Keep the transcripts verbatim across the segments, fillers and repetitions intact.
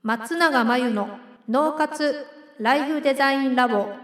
松永真由の脳活ライフデザインラボ。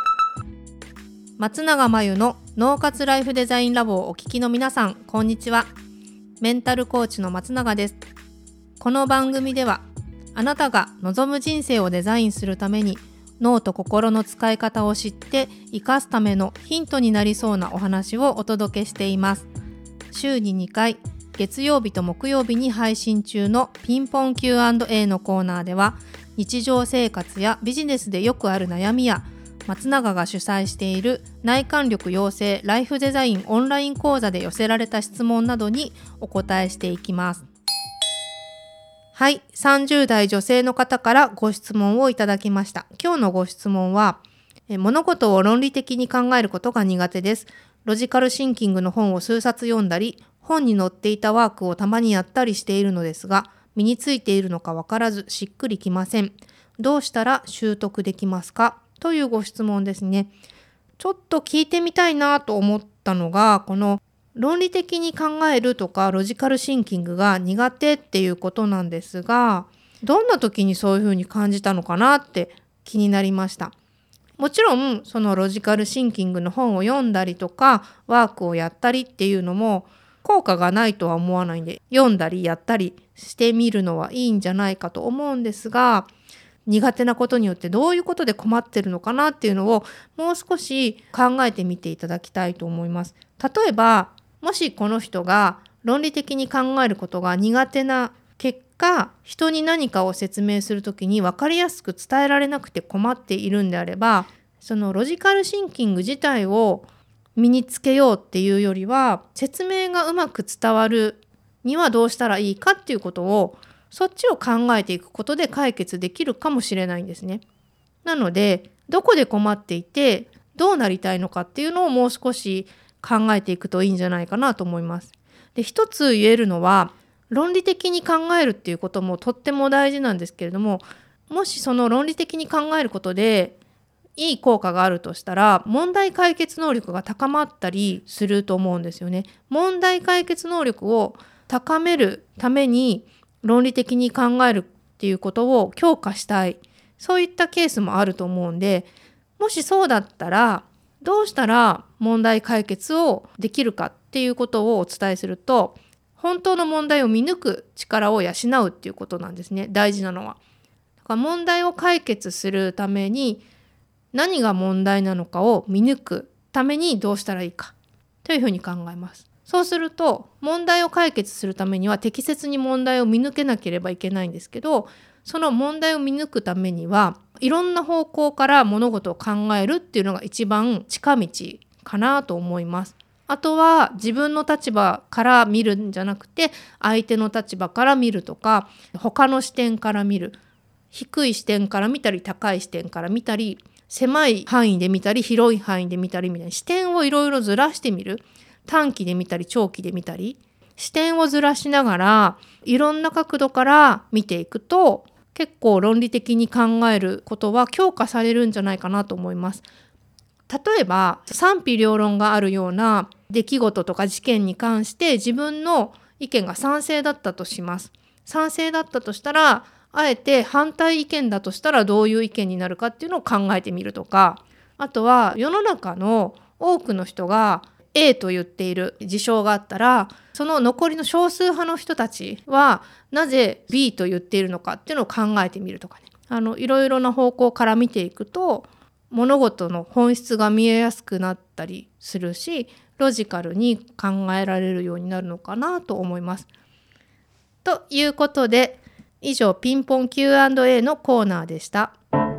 松永真由の脳活ライフデザインラボをお聞きの皆さん、こんにちは。メンタルコーチの松永です。この番組では、あなたが望む人生をデザインするために脳と心の使い方を知って生かすためのヒントになりそうなお話をお届けしています。週ににかい、月曜日と木曜日に配信中のピンポン キューアンドエー のコーナーでは、日常生活やビジネスでよくある悩みや、松永が主催している内観力養成ライフデザインオンライン講座で寄せられた質問などにお答えしていきます。はい、さんじゅう代女性の方からご質問をいただきました。今日のご質問は、え物事を論理的に考えることが苦手です。ロジカルシンキングの本を数冊読んだり、本に載っていたワークをたまにやったりしているのですが、身についているのかわからずしっくりきません。どうしたら習得できますか？というご質問ですね。ちょっと聞いてみたいなと思ったのが、この論理的に考えるとかロジカルシンキングが苦手っていうことなんですが、どんな時にそういうふうに感じたのかなって気になりました。もちろんそのロジカルシンキングの本を読んだりとかワークをやったりっていうのも効果がないとは思わないんで、読んだりやったりしてみるのはいいんじゃないかと思うんですが、苦手なことによってどういうことで困ってるのかなっていうのをもう少し考えてみていただきたいと思います。例えば、もしこの人が論理的に考えることが苦手な結果、人に何かを説明するときに分かりやすく伝えられなくて困っているんであれば、そのロジカルシンキング自体を身につけようっていうよりは、説明がうまく伝わるにはどうしたらいいかっていうことを、そっちを考えていくことで解決できるかもしれないんですね。なので、どこで困っていてどうなりたいのかっていうのをもう少し考えていくといいんじゃないかなと思います。で、一つ言えるのは、論理的に考えるっていうこともとっても大事なんですけれども、もしその論理的に考えることでいい効果があるとしたら、問題解決能力が高まったりすると思うんですよね。問題解決能力を高めるために論理的に考えるっていうことを強化したい、そういったケースもあると思うんで、もしそうだったらどうしたら問題解決をできるかっていうことをお伝えすると、本当の問題を見抜く力を養うっていうことなんですね。大事なのは。だから問題を解決するために何が問題なのかを見抜くためにどうしたらいいかというふうに考えます。そうすると、問題を解決するためには適切に問題を見抜けなければいけないんですけど、その問題を見抜くためにはいろんな方向から物事を考えるっていうのが一番近道かなと思います。あとは自分の立場から見るんじゃなくて、相手の立場から見るとか、他の視点から見る、低い視点から見たり高い視点から見たり、狭い範囲で見たり広い範囲で見たりみたいな視点をいろいろずらしてみる。短期で見たり長期で見たり、視点をずらしながらいろんな角度から見ていくと、結構論理的に考えることは強化されるんじゃないかなと思います。例えば賛否両論があるような出来事とか事件に関して自分の意見が賛成だったとします。賛成だったとしたら、あえて反対意見だとしたらどういう意見になるかっていうのを考えてみるとか、あとは世の中の多くの人が A と言っている事象があったら、その残りの少数派の人たちはなぜ B と言っているのかっていうのを考えてみるとかね。あのいろいろな方向から見ていくと物事の本質が見えやすくなったりするし、ロジカルに考えられるようになるのかなと思います。ということで、以上ピンポン キューアンドエー のコーナーでした。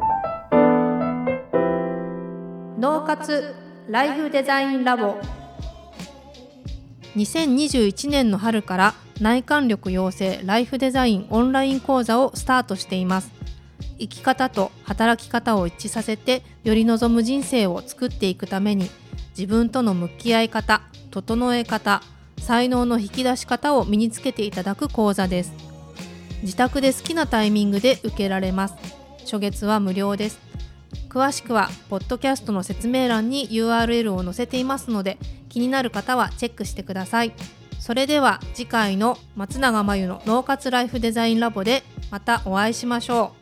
脳活ライフデザインラボ。にせんにじゅういちねんの春から内観力養成ライフデザインオンライン講座をスタートしています。生き方と働き方を一致させてより望む人生を作っていくために、自分との向き合い方、整え方、才能の引き出し方を身につけていただく講座です。自宅で好きなタイミングで受けられます。初月は無料です。詳しくはポッドキャストの説明欄に ユーアールエル を載せていますので、気になる方はチェックしてください。 それでは次回の松永真由の脳活ライフデザインラボでまたお会いしましょう。